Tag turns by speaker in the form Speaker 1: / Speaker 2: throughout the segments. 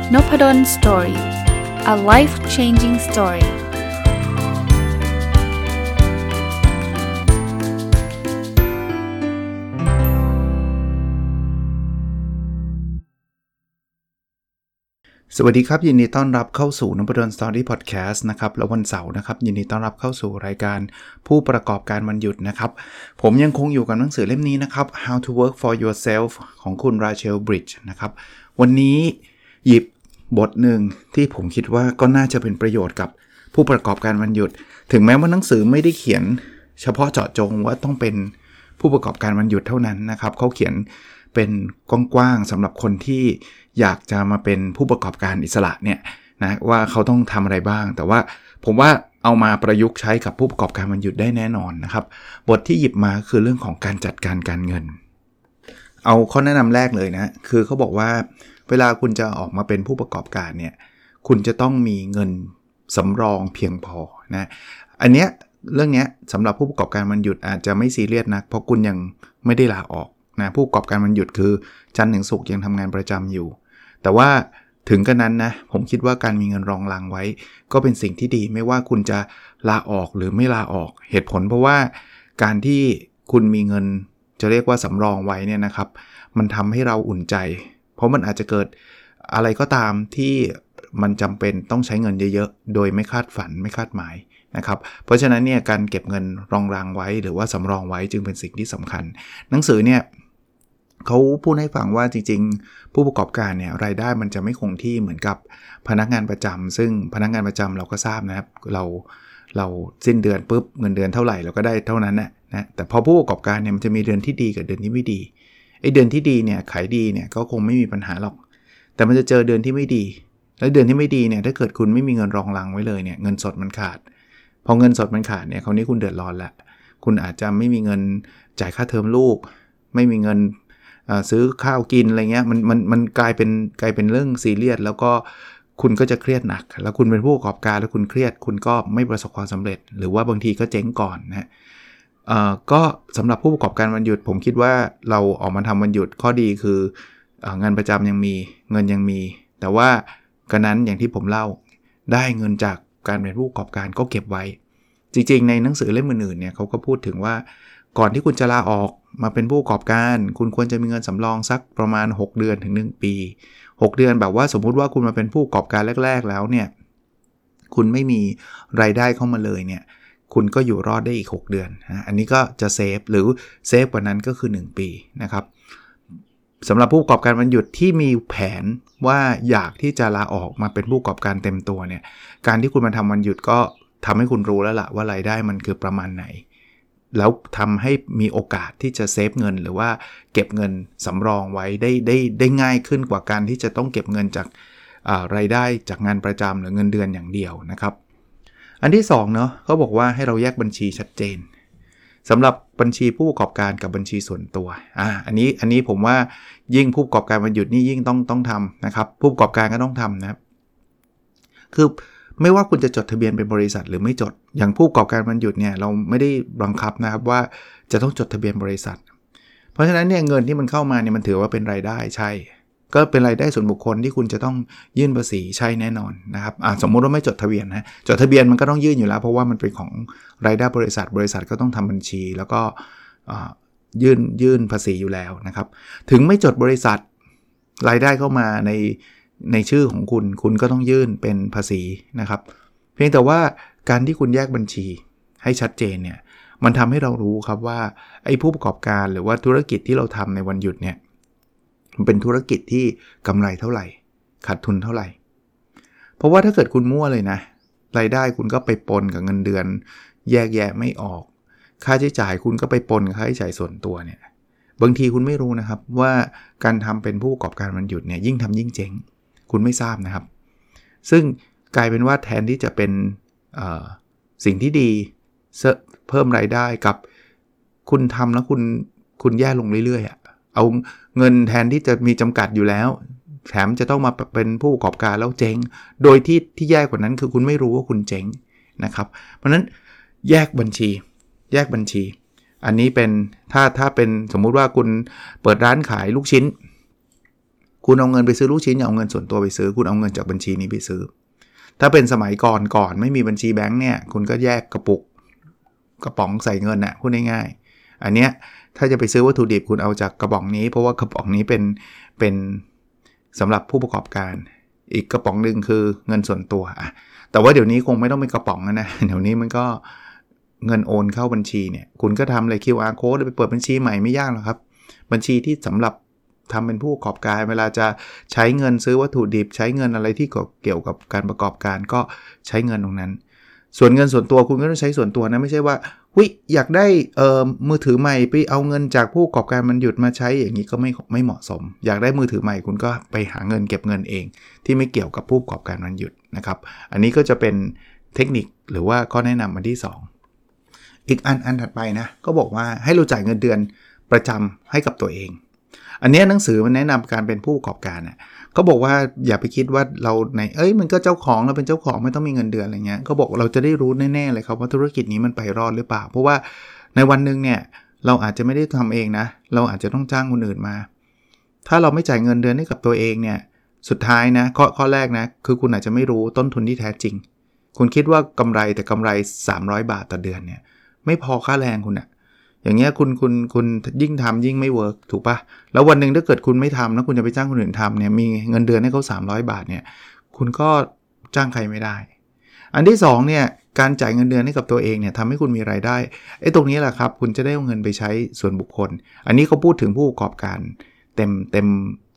Speaker 1: Nopadon Story. A life-changing story.
Speaker 2: สวัสดีครับยินดีต้อนรับเข้าสู่ Nopadon Story Podcast นะครับแล้ววันเสาร์นะครับยินดีต้อนรับเข้าสู่รายการผู้ประกอบการวันหยุดนะครับผมยังคงอยู่กับหนังสือเล่มนี้นะครับ How to Work for Yourself ของคุณ Rachel Bridge นะครับวันนี้หยิบบทหนึ่งที่ผมคิดว่าก็น่าจะเป็นประโยชน์กับผู้ประกอบการวันหยุดถึงแม้ว่าหนังสือไม่ได้เขียนเฉพาะเจาะจงว่าต้องเป็นผู้ประกอบการวันหยุดเท่านั้นนะครับเขาเขียนเป็นกว้างๆสำหรับคนที่อยากจะมาเป็นผู้ประกอบการอิสระเนี่ยนะว่าเขาต้องทำอะไรบ้างแต่ว่าผมว่าเอามาประยุกต์ใช้กับผู้ประกอบการวันหยุดได้แน่นอนนะครับบทที่หยิบมาคือเรื่องของการจัดการการเงินเอาข้อแนะนำแรกเลยนะคือเขาบอกว่าเวลาคุณจะออกมาเป็นผู้ประกอบการเนี่ยคุณจะต้องมีเงินสำรองเพียงพอนะอันเนี้ยเรื่องเนี้ยสำหรับผู้ประกอบการวันหยุดอาจจะไม่ซีเรียสนะเพราะคุณยังไม่ได้ลาออกนะผู้ประกอบการวันหยุดคือจันทร์ถึงศุกร์ยังทำงานประจำอยู่แต่ว่าถึงกระนั้นนะผมคิดว่าการมีเงินรองรังไว้ก็เป็นสิ่งที่ดีไม่ว่าคุณจะลาออกหรือไม่ลาออกเหตุผลเพราะว่าการที่คุณมีเงินจะเรียกว่าสำรองไว้เนี่ยนะครับมันทำให้เราอุ่นใจเพราะมันอาจจะเกิดอะไรก็ตามที่มันจำเป็นต้องใช้เงินเยอะๆโดยไม่คาดฝันไม่คาดหมายนะครับเพราะฉะนั้นเนี่ยการเก็บเงินรองรังไว้หรือว่าสำรองไว้จึงเป็นสิ่งที่สำคัญหนังสือเนี่ยเขาพูดให้ฟังว่าจริงๆผู้ประกอบการเนี่ยรายได้มันจะไม่คงที่เหมือนกับพนักงานประจำซึ่งพนักงานประจำเราก็ทราบนะครับเราสิ้นเดือนปุ๊บเงินเดือนเท่าไหร่เราก็ได้เท่านั้นนะแต่พอผู้ประกอบการเนี่ยมันจะมีเดือนที่ดีกับเดือนที่ไม่ดีไอ้เดือนที่ดีเนี่ยขายดีเนี่ยก็คงไม่มีปัญหาหรอกแต่มันจะเจอเดือนที่ไม่ดีแล้วเดือนที่ไม่ดีเนี่ยถ้าเกิดคุณไม่มีเงินรองรังไว้เลยเนี่ยเงินสดมันขาดพอเงินสดมันขาดเนี่ยคราวนี้คุณเดือดร้อนละคุณอาจจะไม่มีเงินจ่ายค่าเทอมลูกไม่มีเงินซื้อข้าวกินอะไรเงี้ยมันกลายเป็นเรื่องซีเรียสแล้วก็คุณก็จะเครียดหนักแล้วคุณเป็นผู้ประกอบการแล้วคุณเครียดคุณก็ไม่ประสบความสำเร็จหรือว่าบางทีก็เจ๊งก่อนนะก็สำหรับผู้ประกอบการวันหยุดผมคิดว่าเราออกมาทำวันหยุดข้อดีคืองานประจำยังมีเงินยังมีแต่ว่ากันนั้นอย่างที่ผมเล่าได้เงินจากการเป็นผู้ประกอบการก็เก็บไว้จริงๆในหนังสือเล่มอื่นๆเนี่ยเขาก็พูดถึงว่าก่อนที่คุณจะลาออกมาเป็นผู้ประกอบการคุณควรจะมีเงินสำรองสักประมาณ6เดือนถึง1ปี6เดือนแบบว่าสมมุติว่าคุณมาเป็นผู้ประกอบการแรกๆแล้วเนี่ยคุณไม่มีรายได้เข้ามาเลยเนี่ยคุณก็อยู่รอดได้อีก6เดือนนะอันนี้ก็จะเซฟหรือเซฟกว่านั้นก็คือ1ปีนะครับสำหรับผู้ประกอบการวันหยุดที่มีแผนว่าอยากที่จะลาออกมาเป็นผู้ประกอบการเต็มตัวเนี่ยการที่คุณมาทำวันหยุดก็ทำให้คุณรู้แล้วล่ะว่ารายได้มันคือประมาณไหนแล้วทำให้มีโอกาสที่จะเซฟเงินหรือว่าเก็บเงินสำรองไว้ได้ง่ายขึ้นกว่าการที่จะต้องเก็บเงินจากรายได้จากงานประจำหรือเงินเดือนอย่างเดียวนะครับอันที่2เนาะเขาบอกว่าให้เราแยกบัญชีชัดเจนสำหรับบัญชีผู้ประกอบการกับบัญชีส่วนตัวอันนี้ผมว่ายิ่งผู้ประกอบการวันหยุดนี่ยิ่งต้องทำนะครับผู้ประกอบการก็ต้องทำนะครับคือไม่ว่าคุณจะจดทะเบียนเป็นบริษัทหรือไม่จดอย่างผู้ประกอบการวันหยุดเนี่ยเราไม่ได้บังคับนะครับว่าจะต้องจดทะเบียนบริษัทเพราะฉะนั้นเนี่ยเงินที่มันเข้ามาเนี่ยมันถือว่าเป็นรายได้ใช่ก็เป็นรายได้ส่วนบุคคลที่คุณจะต้องยื่นภาษีใช่แน่นอนนะครับสมมุติว่าไม่จดทะเบียนนะจดทะเบียนมันก็ต้องยื่นอยู่แล้วเพราะว่ามันเป็นของรายได้บริษัทก็ต้องทำบัญชีแล้วก็ยื่นภาษีอยู่แล้วนะครับถึงไม่จดบริษัทรายได้เข้ามาในชื่อของคุณก็ต้องยื่นเป็นภาษีนะครับเพียงแต่ว่าการที่คุณแยกบัญชีให้ชัดเจนเนี่ยมันทำให้เรารู้ครับว่าไอ้ผู้ประกอบการหรือว่าธุรกิจที่เราทำในวันหยุดเนี่ยมันเป็นธุรกิจที่กำไรเท่าไหร่ขาดทุนเท่าไหร่เพราะว่าถ้าเกิดคุณมั่วเลยนะรายได้คุณก็ไปปนกับเงินเดือนแยกแยะไม่ออกค่าใช้จ่ายคุณก็ไปปนกับค่าใช้จ่ายส่วนตัวเนี่ยบางทีคุณไม่รู้นะครับว่าการทำเป็นผู้ประกอบการวันหยุดเนี่ยยิ่งทำยิ่งเจ๊งคุณไม่ทราบนะครับซึ่งกลายเป็นว่าแทนที่จะเป็นสิ่งที่ดีเพิ่มรายได้กับคุณทำแล้วคุณแย่ลงเรื่อยๆเอาเงินแทนที่จะมีจำกัดอยู่แล้วแถมจะต้องมาเป็นผู้ประกอบการแล้วเจ๊งโดยที่แย่กว่านั้นคือคุณไม่รู้ว่าคุณเจ๊งนะครับเพราะฉะนั้นแยกบัญชีอันนี้เป็นถ้าเป็นสมมุติว่าคุณเปิดร้านขายลูกชิ้นคุณเอาเงินไปซื้อลูกชิ้นอย่าเอาเงินส่วนตัวไปซื้อคุณเอาเงินจากบัญชีนี้ไปซื้อถ้าเป็นสมัยก่อนไม่มีบัญชีแบงค์เนี่ยคุณก็แยกกระป๋องใส่เงินน่ะพูดง่ายๆอันเนี้ยถ้าจะไปซื้อวัตถุดิบคุณเอาจากกระป๋องนี้เพราะว่ากระป๋องนี้เป็นสำหรับผู้ประกอบการอีกกระป๋องนึงคือเงินส่วนตัวแต่ว่าเดี๋ยวนี้คงไม่ต้องเป็นกระป๋องนะเดี๋ยวนี้มันก็เงินโอนเข้าบัญชีเนี่ยคุณก็ทำเลย QR code ไปเปิดบัญชีใหม่ไม่ยากหรอกครับบัญชีที่สำหรับทำเป็นผู้ประกอบการเวลาจะใช้เงินซื้อวัตถุดิบใช้เงินอะไรที่เกี่ยวกับการประกอบการก็ใช้เงินตรงนั้นส่วนเงินส่วนตัวคุณก็ต้องใช้ส่วนตัวนะไม่ใช่ว่าอยากได้มือถือใหม่ไปเอาเงินจากผู้ประกอบการมันหยุดมาใช้อย่างนี้ก็ไม่เหมาะสมอยากได้มือถือใหม่คุณก็ไปหาเงินเก็บเงินเองที่ไม่เกี่ยวกับผู้ประกอบการมันหยุดนะครับอันนี้ก็จะเป็นเทคนิคหรือว่าข้อแนะนำอันที่2อีกอันถัดไปนะก็บอกว่าให้เราจ่ายเงินเดือนประจำให้กับตัวเองอันนี้หนังสือมันแนะนำการเป็นผู้ประกอบการนะเขาบอกว่าอย่าไปคิดว่าเรามันก็เจ้าของเราเป็นเจ้าของไม่ต้องมีเงินเดือนอะไรเงี้ยเขาบอกเราจะได้รู้แน่ๆเลยครับว่าธุรกิจนี้มันไปรอดหรือเปล่าเพราะว่าในวันนึงเนี่ยเราอาจจะไม่ได้ทำเองนะเราอาจจะต้องจ้างคนอื่นมาถ้าเราไม่จ่ายเงินเดือนให้กับตัวเองเนี่ยสุดท้ายนะข้อแรกนะคือคุณอาจจะไม่รู้ต้นทุนที่แท้จริงคุณคิดว่ากำไร300 บาทต่อเดือนเนี่ยไม่พอค่าแรงคุณอะอย่างเงี้ยคุณยิ่งทำยิ่งไม่เวิร์กถูกปะแล้ววันนึงถ้าเกิดคุณไม่ทำแล้วคุณจะไปจ้างคนอื่นทำเนี่ยมีเงินเดือนให้เขา300 บาทเนี่ยคุณก็จ้างใครไม่ได้อันที่2เนี่ยการจ่ายเงินเดือนให้กับตัวเองเนี่ยทำให้คุณมีรายได้ตรงนี้แหละครับคุณจะได้เอาเงินไปใช้ส่วนบุคคลอันนี้เขาพูดถึงผู้ประกอบการเต็ม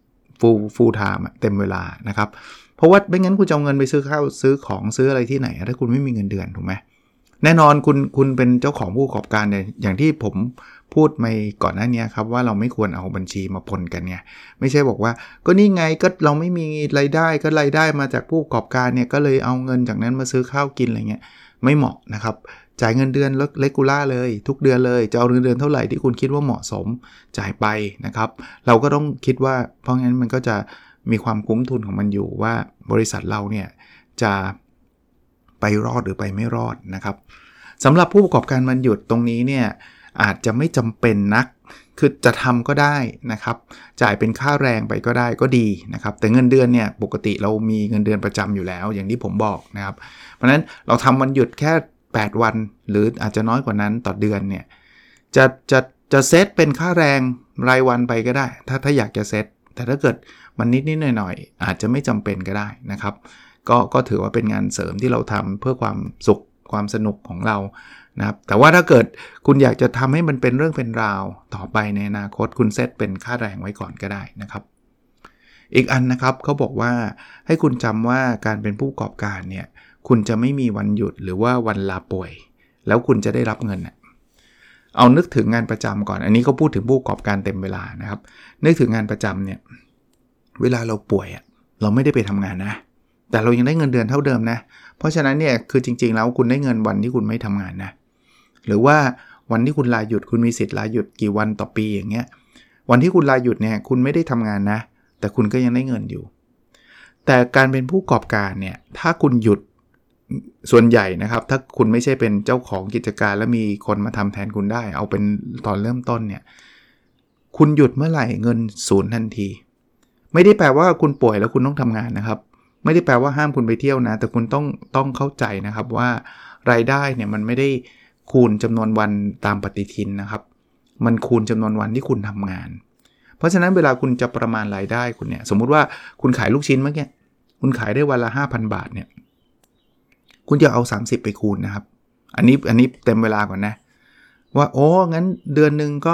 Speaker 2: full time เต็มเวลานะครับเพราะว่าไม่งั้นคุณจะเอาเงินไปซื้อข้าวซื้อของซื้ออะไรที่ไหนถ้าคุณไม่มีเงินเดือนถูกไหมแน่นอนคุณเป็นเจ้าของผู้ประกอบการเนี่ยอย่างที่ผมพูดมาก่อนหน้านี้ครับว่าเราไม่ควรเอาบัญชีมาปนกันไงไม่ใช่บอกว่าก็นี่ไงก็เราไม่มีรายได้ก็รายได้มาจากผู้ประกอบการเนี่ยก็เลยเอาเงินจากนั้นมาซื้อข้าวกินอะไรเงี้ยไม่เหมาะนะครับจ่ายเงินเดือนเรกูล่าเลยทุกเดือนเลยจะเอาเงินเดือนเท่าไหร่ที่คุณคิดว่าเหมาะสมจ่ายไปนะครับเราก็ต้องคิดว่าเพราะงั้นมันก็จะมีความคุ้มทุนของมันอยู่ว่าบริษัทเราเนี่ยจะไปรอดหรือไปไม่รอดนะครับสำหรับผู้ประกอบการวันหยุดตรงนี้เนี่ยอาจจะไม่จำเป็นนักคือจะทำก็ได้นะครับจ่ายเป็นค่าแรงไปก็ได้ก็ดีนะครับแต่เงินเดือนเนี่ยปกติเรามีเงินเดือนประจำอยู่แล้วอย่างที่ผมบอกนะครับเพราะฉะนั้นเราทำวันหยุดแค่8 วันหรืออาจจะน้อยกว่านั้นต่อเดือนเนี่ยจะเซตเป็นค่าแรงรายวันไปก็ได้ถ้าอยากจะเซตแต่ถ้าเกิดมันนิดหน่อยๆอาจจะไม่จำเป็นก็ได้นะครับก็ถือว่าเป็นงานเสริมที่เราทำเพื่อความสุขความสนุกของเรานะครับแต่ว่าถ้าเกิดคุณอยากจะทำให้มันเป็นเรื่องเป็นราวต่อไปในอนาคตคุณเซตเป็นค่าแรงไว้ก่อนก็ได้นะครับอีกอันนะครับเขาบอกว่าให้คุณจำว่าการเป็นผู้ประกอบการเนี่ยคุณจะไม่มีวันหยุดหรือว่าวันลาป่วยแล้วคุณจะได้รับเงินเอานึกถึงงานประจำก่อนอันนี้เขาพูดถึงผู้ประกอบการเต็มเวลานะครับนึกถึงงานประจำเนี่ยเวลาเราป่วยเราไม่ได้ไปทำงานนะแต่เรายังได้เงินเดือนเท่าเดิมนะเพราะฉะนั้นเนี่ยคือจริงๆแล้วคุณได้เงินวันที่คุณไม่ทำงานนะหรือว่าวันที่คุณลาหยุดคุณมีสิทธิ์ลาหยุดกี่วันต่อปีอย่างเงี้ยวันที่คุณลาหยุดเนี่ยคุณไม่ได้ทำงานนะแต่คุณก็ยังได้เงินอยู่แต่การเป็นผู้ประกอบการเนี่ยถ้าคุณหยุดส่วนใหญ่นะครับถ้าคุณไม่ใช่เป็นเจ้าของกิจการแล้วมีคนมาทำแทนคุณได้เอาเป็นตอนเริ่มต้นเนี่ยคุณหยุดเมื่อไหร่เงินศูนย์ทันทีไม่ได้แปลว่าคุณป่วยแล้วคุณต้องทำงานนะครับไม่ได้แปลว่าห้ามคุณไปเที่ยวนะแต่คุณต้องเข้าใจนะครับว่ารายได้เนี่ยมันไม่ได้คูณจำนวนวันตามปฏิทินนะครับมันคูณจำนวนวันที่คุณทำงานเพราะฉะนั้นเวลาคุณจะประมาณรายได้คุณเนี่ยสมมุติว่าคุณขายลูกชิ้นเมื่อกี้คุณขายได้วันละ 5,000 บาทเนี่ยคุณจะเอา30ไปคูณนะครับอันนี้เต็มเวลาก่อนนะว่าโอ้งั้นเดือนนึงก็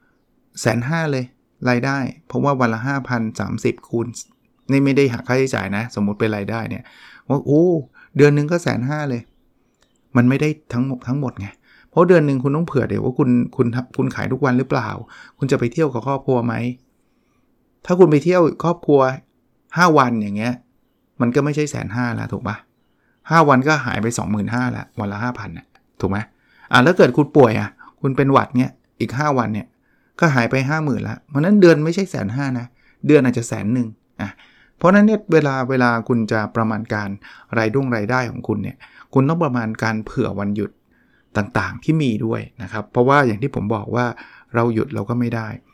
Speaker 2: 150,000 เลยรายได้เพราะว่าวันละ 5,000 30คูณนี่ไม่ได้หักค่าใช้จ่ายนะสมมุติเป็นรายได้เนี่ยว่าโอ้เดือนนึงก็ 150,000 เลยมันไม่ได้ทั้งหมดไงเพราะเดือนนึงคุณต้องเผื่อเดี๋ยวว่าคุณขายทุกวันหรือเปล่าคุณจะไปเที่ยวกับครอบครัวไหมถ้าคุณไปเที่ยวครอบครัว5วันอย่างเงี้ยมันก็ไม่ใช่ 150,000 แล้วถูกป่ะ5วันก็หายไป 25,000 แล้ววันละ 5,000 น่ะถูกไหมแล้วเกิดคุณป่วยคุณเป็นหวัดเงี้ยอีก5วันเนี่ยก็หายไป 50,000 แล้วเพราะนั้นเดือนไม่ใช่ 150,000 นะเดือนอาจจะ 100,000 เพราะนั้นเนี่ยเวลาคุณจะประมาณการรายได้ของคุณเนี่ยคุณต้องประมาณการเผื่อวันหยุดต่างๆที่มีด้วยนะครับเพราะว่าอย่างที่ผมบอกว่าเราหยุดเราก็ไม่ได้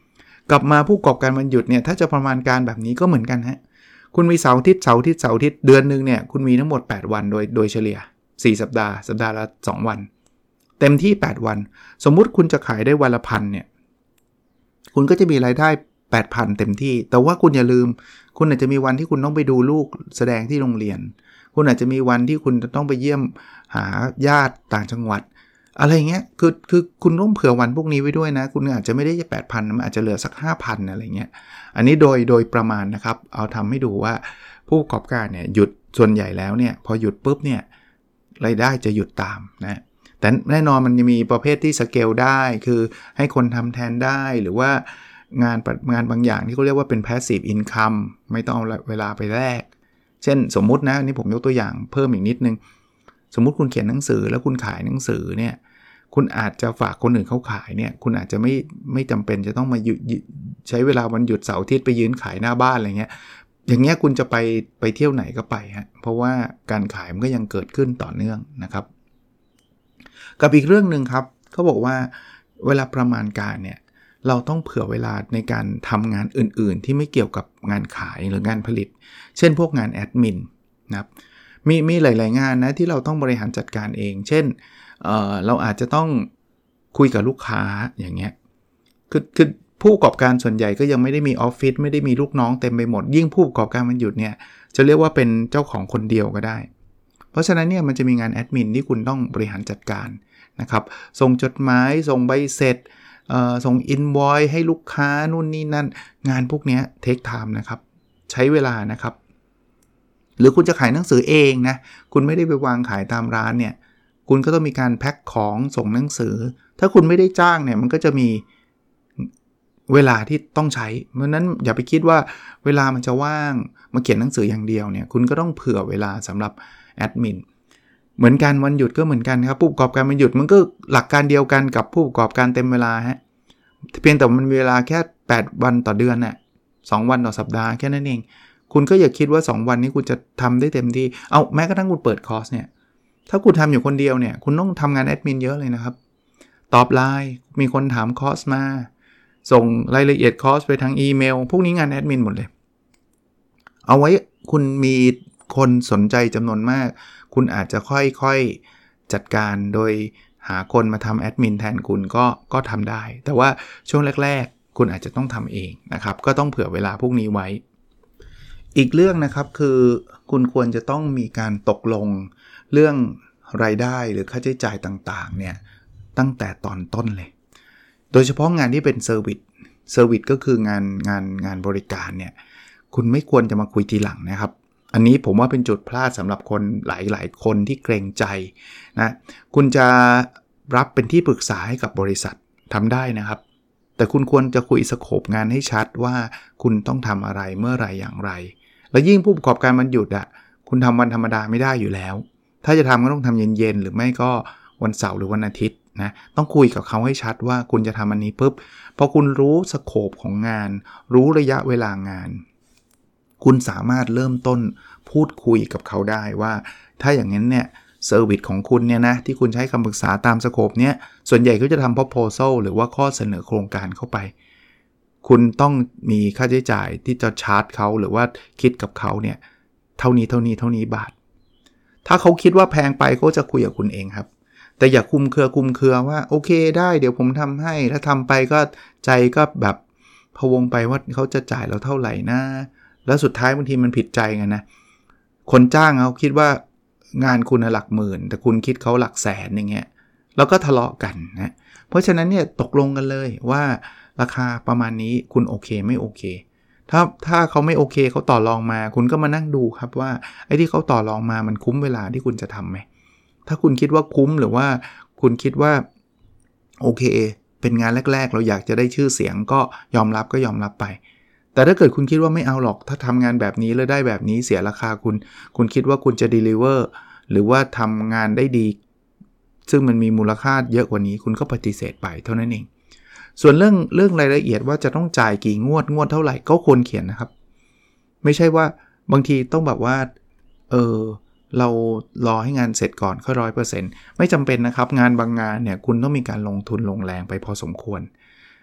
Speaker 2: กลับมาผู้ประกอบการวันหยุดเนี่ยถ้าจะประมาณการแบบนี้ก็เหมือนกันฮะคุณมีเสาร์อาทิตย์เดือนนึงเนี่ยคุณมีทั้งหมด8วันโดยเฉลี่ย4สัปดาห์ละ2วันเต็มที่8วันสมมุติคุณจะขายได้วันละ 1,000 เนี่ยคุณก็จะมีรายได้ 8,000 เต็มที่แต่ว่าคุณอย่าลืมคุณอาจจะมีวันที่คุณต้องไปดูลูกแสดงที่โรงเรียนคุณอาจจะมีวันที่คุณจะต้องไปเยี่ยมหาญาติต่างจังหวัดอะไรเงี้ยคือคุณต้องเผื่อวันพวกนี้ไว้ด้วยนะคุณอาจจะไม่ได้ 8,000 มันอาจจะเหลือสัก 5,000 อะไรเงี้ยอันนี้โดยประมาณนะครับเอาทำให้ดูว่าผู้ประกอบการเนี่ยหยุดส่วนใหญ่แล้วเนี่ยพอหยุดปุ๊บเนี่ยรายได้จะหยุดตามนะแต่แน่นอนมันจะมีประเภทที่สเกลได้คือให้คนทำแทนได้หรือว่างานบางอย่างที่เขาเรียกว่าเป็น passive income ไม่ต้องเอาเวลาไปแลกเช่นสมมุตินะนี่ผมยกตัวอย่างเพิ่มอีกนิดนึงสมมุติคุณเขียนหนังสือแล้วคุณขายหนังสือเนี่ยคุณอาจจะฝากคนอื่นเขาขายเนี่ยคุณอาจจะไม่จำเป็นจะต้องมาใช้เวลาวันหยุดเสาร์อาทิตย์ไปยืนขายหน้าบ้านอะไรเงี้ยอย่างเงี้ยคุณจะไปเที่ยวไหนก็ไปฮะเพราะว่าการขายมันก็ยังเกิดขึ้นต่อเนื่องนะครับกับอีกเรื่องนึงครับเขาบอกว่าเวลาประมาณการเนี่ยเราต้องเผื่อเวลาในการทำงานอื่นๆที่ไม่เกี่ยวกับงานขายหรืองานผลิตเช่นพวกงานแอดมินนะครับมีหลายๆงานนะที่เราต้องบริหารจัดการเองเช่นเราอาจจะต้องคุยกับลูกค้าอย่างเงี้ยคือผู้ประกอบการส่วนใหญ่ก็ยังไม่ได้มีออฟฟิศไม่ได้มีลูกน้องเต็มไปหมดยิ่งผู้ประกอบการมันหยุดเนี่ยจะเรียกว่าเป็นเจ้าของคนเดียวก็ได้เพราะฉะนั้นเนี่ยมันจะมีงานแอดมินที่คุณต้องบริหารจัดการนะครับส่งจดหมายส่งใบเสร็จส่งอินวอยซ์ให้ลูกค้านู่นนี่นั่นงานพวกนี้เทคไทม์นะครับใช้เวลานะครับหรือคุณจะขายหนังสือเองนะคุณไม่ได้ไปวางขายตามร้านเนี่ยคุณก็ต้องมีการแพ็คของส่งหนังสือถ้าคุณไม่ได้จ้างเนี่ยมันก็จะมีเวลาที่ต้องใช้เพราะนั้นอย่าไปคิดว่าเวลามันจะว่างมาเขียนหนังสืออย่างเดียวเนี่ยคุณก็ต้องเผื่อเวลาสำหรับแอดมินเหมือนกันวันหยุดก็เหมือนกันครับผู้ประกอบการวันหยุดมันก็หลักการเดียวกันกับผู้ประกอบการเต็มเวลาฮะเพียงแต่มันมีเวลาแค่8วันต่อเดือนน่ะ2วันต่อสัปดาห์แค่นั้นเองคุณก็อย่าคิดว่า2วันนี้คุณจะทำได้เต็มที่เอาแม้กระทั่งคุณเปิดคอร์สเนี่ยถ้าคุณทำอยู่คนเดียวเนี่ยคุณต้องทำงานแอดมินเยอะเลยนะครับตอบไลน์มีคนถามคอร์สมาส่งรายละเอียดคอร์สไปทางอีเมลพวกนี้งานแอดมินหมดเลยเอาไว้คุณมีคนสนใจจำนวนมากคุณอาจจะค่อยๆจัดการโดยหาคนมาทำแอดมินแทนคุณก็ทำได้แต่ว่าช่วงแรกๆคุณอาจจะต้องทำเองนะครับก็ต้องเผื่อเวลาพวกนี้ไว้อีกเรื่องนะครับคือคุณควรจะต้องมีการตกลงเรื่องรายได้หรือค่าใช้จ่ายต่างๆเนี่ยตั้งแต่ตอนต้นเลยโดยเฉพาะงานที่เป็นเซอร์วิสก็คืองานบริการเนี่ยคุณไม่ควรจะมาคุยทีหลังนะครับอันนี้ผมว่าเป็นจุดพลาดสำหรับคนหลายคนที่เกรงใจนะคุณจะรับเป็นที่ปรึกษาให้กับบริษัททำได้นะครับแต่คุณควรจะคุยสโคปงานให้ชัดว่าคุณต้องทำอะไรเมื่อไรอย่างไรแล้วยิ่งผู้ประกอบการมันหยุดอ่ะคุณทำวันธรรมดาไม่ได้อยู่แล้วถ้าจะทำก็ต้องทำเย็นๆหรือไม่ก็วันเสาร์หรือวันอาทิตย์นะต้องคุยกับเขาให้ชัดว่าคุณจะทำอันนี้ปุ๊บพอคุณรู้สโคปของงานรู้ระยะเวลางานคุณสามารถเริ่มต้นพูดคุยกับเขาได้ว่าถ้าอย่างนั้นเนี่ยเซอร์วิสของคุณเนี่ยนะที่คุณใช้คำปรึกษาตามสโคปเนี้ยส่วนใหญ่ก็จะทำ proposal หรือว่าข้อเสนอโครงการเข้าไปคุณต้องมีค่าใช้จ่ายที่จะชาร์จเขาหรือว่าคิดกับเขาเนี่ยเท่านี้บาทถ้าเขาคิดว่าแพงไปเขาจะคุยกับคุณเองครับแต่อย่าคุมเครือว่าโอเคได้เดี๋ยวผมทำให้ถ้าทำไปก็ใจก็แบบพะวงไปว่าเขาจะจ่ายเราเท่าไหร่นะแล้วสุดท้ายบางทีมันผิดใจกันนะคนจ้างเขาคิดว่างานคุณหลักหมื่นแต่คุณคิดเขาหลักแสนอย่างเงี้ยแล้วก็ทะเลาะกันนะเพราะฉะนั้นเนี่ยตกลงกันเลยว่าราคาประมาณนี้คุณโอเคไม่โอเคถ้าเขาไม่โอเคเขาต่อรองมาคุณก็มานั่งดูครับว่าไอ้ที่เขาต่อรองมามันคุ้มเวลาที่คุณจะทำไหมถ้าคุณคิดว่าคุ้มหรือว่าคุณคิดว่าโอเคเป็นงานแรกๆเราอยากจะได้ชื่อเสียงก็ยอมรับไปแต่ถ้าเกิดคุณคิดว่าไม่เอาหรอกถ้าทำงานแบบนี้แล้วได้แบบนี้เสียราคาคุณคิดว่าคุณจะ deliver หรือว่าทำงานได้ดีซึ่งมันมีมูลค่าเยอะกว่านี้คุณก็ปฏิเสธไปเท่านั้นเองส่วนเรื่องรายละเอียดว่าจะต้องจ่ายกี่งวดเท่าไหร่ก็ควรเขียนนะครับไม่ใช่ว่าบางทีต้องแบบว่าเรารอให้งานเสร็จก่อนค่อย 100% ไม่จำเป็นนะครับงานบางงานเนี่ยคุณต้องมีการลงทุนลงแรงไปพอสมควร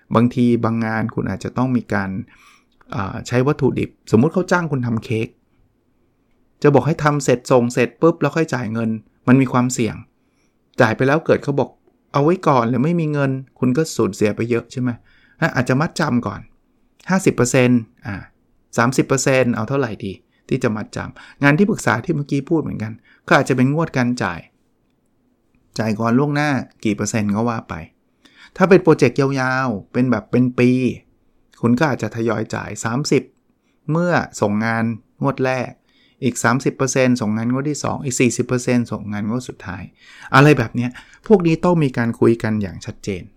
Speaker 2: บางทีบางงานคุณอาจจะต้องมีการใช้วัตถุดิบสมมุติเขาจ้างคุณทำเค้กจะบอกให้ทำเสร็จส่งเสร็จปุ๊บแล้วค่อยจ่ายเงินมันมีความเสี่ยงจ่ายไปแล้วเกิดเขาบอกเอาไว้ก่อนหรือไม่มีเงินคุณก็สูญเสียไปเยอะใช่ไหมอาจจะมัดจำก่อน 50% 30% เอาเท่าไหร่ดีที่จะมัดจำงานที่ปรึกษาที่เมื่อกี้พูดเหมือนกันก็อาจจะเป็นงวดการจ่ายก่อนล่วงหน้ากี่เปอร์เซ็นต์ก็ว่าไปถ้าเป็นโปรเจกต์ยาวๆเป็นแบบเป็นปีคุณก็อาจจะทยอยจ่าย30เมื่อส่งงานงวดแรกอีก 30% ส่งงานงวดที่2อีก 40% ส่งงานงวดสุดท้ายอะไรแบบนี้พวกนี้ต้องมีการคุยกันอย่างชัดเจน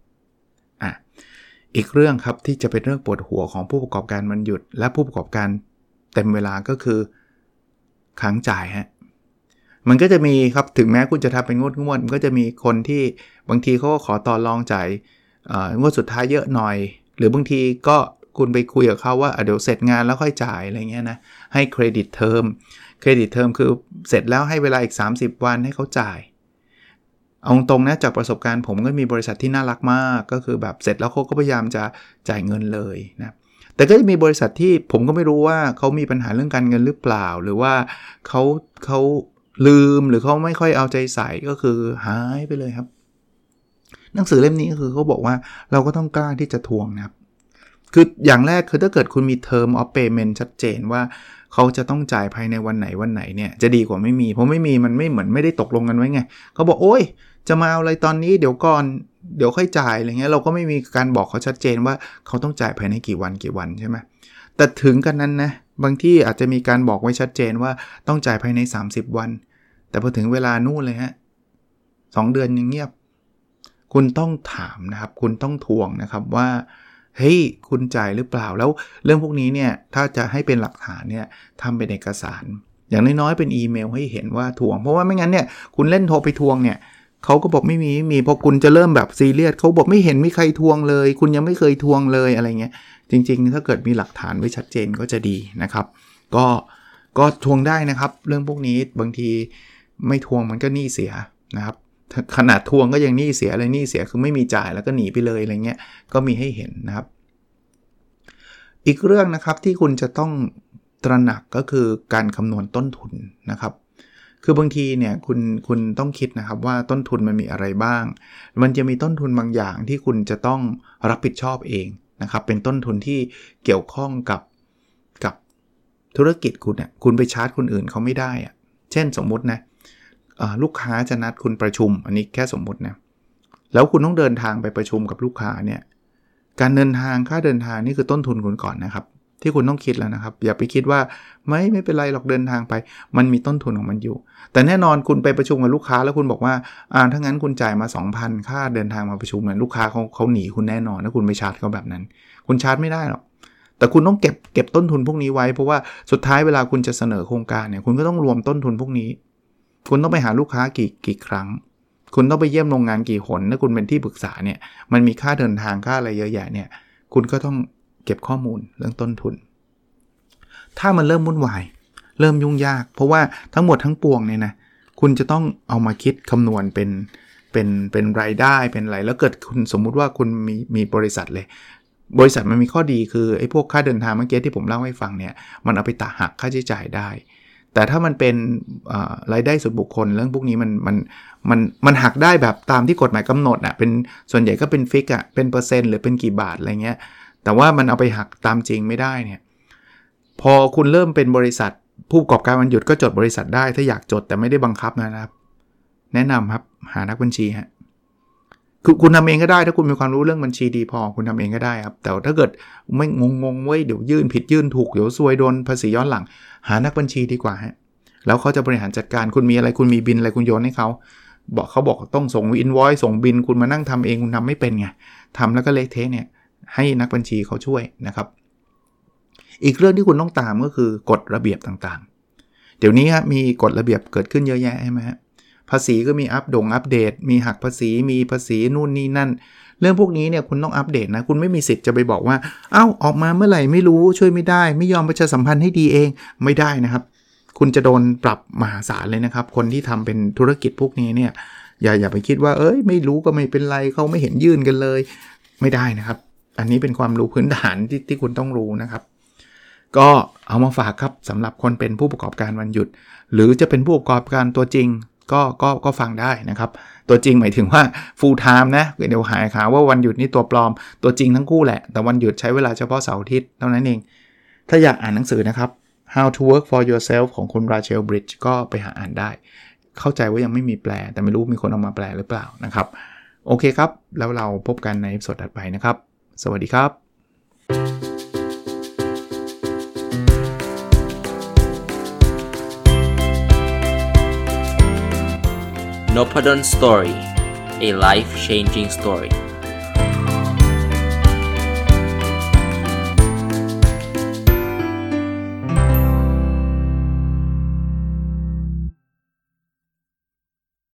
Speaker 2: อีกเรื่องครับที่จะเป็นเรื่องปวดหัวของผู้ประกอบการวันหยุดและผู้ประกอบการเต็มเวลาก็คือค้างจ่ายฮะมันก็จะมีครับถึงแม้คุณจะทำเป็นงวดมันก็จะมีคนที่บางทีเขาก็ขอต่อรองจ่ายงวดสุดท้ายเยอะหน่อยหรือบางทีก็คุณไปคุยกับเขาว่าเดี๋ยวเสร็จงานแล้วค่อยจ่ายอะไรเงี้ยนะให้เครดิตเทอมคือเสร็จแล้วให้เวลาอีก30วันให้เขาจ่ายเอาตรงนะจากประสบการณ์ผมก็มีบริษัทที่น่ารักมากก็คือแบบเสร็จแล้วเขาก็พยายามจะจ่ายเงินเลยนะแต่ก็จะมีบริษัทที่ผมก็ไม่รู้ว่าเขามีปัญหาเรื่องการเงินหรือเปล่าหรือว่าเขาลืมหรือเขาไม่ค่อยเอาใจใส่ก็คือหายไปเลยครับหนังสือเล่มนี้ก็คือเขาบอกว่าเราก็ต้องกล้าที่จะทวงนะครับคืออย่างแรกคือถ้าเกิดคุณมี term of payment ชัดเจนว่าเขาจะต้องจ่ายภายในวันไหนเนี่ยจะดีกว่าไม่มีเพราะไม่มีมันไม่เหมือนไม่ได้ตกลงกันไว้ไงเขาบอกโอ๊ยจะมาเอาอะไรตอนนี้เดี๋ยวก่อนเดี๋ยวค่อยจ่ายอะไรเงี้ยเราก็ไม่มีการบอกเขาชัดเจนว่าเขาต้องจ่ายภายในกี่วันใช่ไหมแต่ถึงกันนั้นนะบางที่อาจจะมีการบอกไว้ชัดเจนว่าต้องจ่ายภายใน30วันแต่พอถึงเวลานู่นเลยฮะ2 เดือนยังเงียบคุณต้องถามนะครับคุณต้องทวงนะครับว่าเฮ้ยคุณจ่ายหรือเปล่าแล้วเรื่องพวกนี้เนี่ยถ้าจะให้เป็นหลักฐานเนี่ยทำเป็นเอกสารอย่างน้อยๆเป็นอีเมลให้เห็นว่าทวงเพราะว่าไม่งั้นเนี่ยคุณเล่นโทรไปทวงเนี่ยเขาก็บอกไม่มีพอคุณจะเริ่มแบบซีเรียสเขาบอกไม่เห็นมีใครทวงเลยคุณยังไม่เคยทวงเลยอะไรเงี้ยจริงๆถ้าเกิดมีหลักฐานไว้ชัดเจนก็จะดีนะครับก็ทวงได้นะครับเรื่องพวกนี้บางทีไม่ทวงมันก็หนี้เสียนะครับขนาดทวงก็ยังหนี้เสียเลยหนี้เสียคือไม่มีจ่ายแล้วก็หนีไปเลยอะไรเงี้ยก็มีให้เห็นนะครับอีกเรื่องนะครับที่คุณจะต้องตระหนักก็คือการคำนวณต้นทุนนะครับคือบางทีเนี่ยคุณต้องคิดนะครับว่าต้นทุนมันมีอะไรบ้างมันจะมีต้นทุนบางอย่างที่คุณจะต้องรับผิดชอบเองนะครับเป็นต้นทุนที่เกี่ยวข้องกับธุรกิจคุณเนี่ยคุณไปชาร์จคนอื่นเขาไม่ได้อะเช่นสมมุตินะลูกค้าจะนัดคุณประชุมอันนี้แค่สมมุตินะแล้วคุณต้องเดินทางไปประชุมกับลูกค้าเนี่ยการเดินทางค่าเดินทางนี่คือต้นทุนคุณก่อนนะครับที่คุณต้องคิดแล้วนะครับอย่าไปคิดว่าไม่เป็นไรหรอกเดินทางไปมันมีต้นทุนของมันอยู่แต่แน่นอนคุณไปประชุมกับลูกค้าแล้วคุณบอกว่าถ้างั้นคุณจ่ายมา 2,000 ค่าเดินทางมาประชุมเนี่ยลูกค้าเขาหนีคุณแน่นอนถ้าคุณไปชาร์จเขาแบบนั้นคุณชาร์จไม่ได้หรอกแต่คุณต้องเก็บต้นทุนพวกนี้ไว้เพราะว่าสุดท้ายเวลาคุณจะเสนอโครงการเนี่ยคุณก็ต้องรวมต้นทุนพวกนี้คุณต้องไปหาลูกค้ากี่ครั้งคุณต้องไปเยี่ยมโรงงานกี่หนถ้าคุณเป็นที่ปรึกษาเนี่ยมันมีค่าเดินทางค่าอะไรเยอะแยะเนี่ยคุณก็ต้องเก็บข้อมูลเรื่องต้นทุนถ้ามันเริ่มวุ่นวายเริ่มยุ่งยากเพราะว่าทั้งหมดทั้งปวงเนี่ยนะคุณจะต้องเอามาคิดคำนวณเป็นรายได้เป็นอะไรแล้วเกิดคุณสมมุติว่าคุณมีบริษัทเลยบริษัทมันมีข้อดีคือไอ้พวกค่าเดินทางเมื่อกี้ที่ผมเล่าให้ฟังเนี่ยมันเอาไปหักค่าใช้จ่ายได้แต่ถ้ามันเป็นรายได้ส่วนบุคคลเรื่องพวกนี้มันหักได้แบบตามที่กฎหมายกำหนดอ่ะเป็นส่วนใหญ่ก็เป็นฟิกอ่ะเป็นเปอร์เซ็นต์หรือเป็นกี่บาทอะไรเงี้ยแต่ว่ามันเอาไปหักตามจริงไม่ได้เนี่ยพอคุณเริ่มเป็นบริษัทผู้ประกอบการวันหยุดก็จดบริษัทได้ถ้าอยากจดแต่ไม่ได้บังคับนะครับแนะนำครับหานักบัญชีฮะคือคุณทำเองก็ได้ถ้าคุณมีความรู้เรื่องบัญชีดีพอคุณทำเองก็ได้ครับแต่ถ้าเกิดไม่งงเว้ยเดี๋ยวยื่นผิดยื่นถูกเดี๋ยวซวยโดนภาษีย้อนหลังหานักบัญชีดีกว่าฮะแล้วเขาจะบริหารจัดการคุณมีอะไรคุณมีบินอะไรคุณโยนให้เขาบอกต้องส่งอินวอยซ์ส่งบินคุณมานั่งทำเองคุณทำไม่เป็นไงทำแล้วก็เละเทะเนี่ยให้นักบัญชีเขาช่วยนะครับอีกเรื่องที่คุณต้องตามก็คือกฎระเบียบต่างๆเดี๋ยวนี้มีกฎระเบียบเกิดขึ้นเยอะแยะใช่ไหมฮะภาษีก็มีอัปเดตมีหักภาษีมีภาษีนู่นนี่นั่นเรื่องพวกนี้เนี่ยคุณต้องอัปเดตนะคุณไม่มีสิทธิ์จะไปบอกว่าออกมาเมื่อไหร่ไม่รู้ช่วยไม่ได้ไม่ยอมประชาสัมพันธ์ให้ดีเองไม่ได้นะครับคุณจะโดนปรับมหาศาลเลยนะครับคนที่ทำเป็นธุรกิจพวกนี้เนี่ยอย่าไปคิดว่าไม่รู้ก็ไม่เป็นไรเขาไม่เห็นยื่นกันเลยไม่ได้นะครับอันนี้เป็นความรู้พื้นฐานที่คุณต้องรู้นะครับก็เอามาฝากครับสำหรับคนเป็นผู้ประกอบการวันหยุดหรือจะเป็นผู้ประกอบการตัวจริงก็ฟังได้นะครับตัวจริงหมายถึงว่า full time นะเดี๋ยวหายข่าวว่าวันหยุดนี่ตัวปลอมตัวจริงทั้งคู่แหละแต่วันหยุดใช้เวลาเฉพาะเสาร์อาทิตย์เท่านั้นเองถ้าอยากอ่านหนังสือนะครับ How to Work for Yourself ของคุณ Rachel Bridge ก็ไปหาอ่านได้เข้าใจว่ายังไม่มีแปลแต่ไม่รู้มีคนเอามาแปลหรือเปล่านะครับโอเคครับแล้วเราพบกันในตอนถัดไปนะครับสวัสดีครับ
Speaker 3: Nopadon Story, a life-changing story.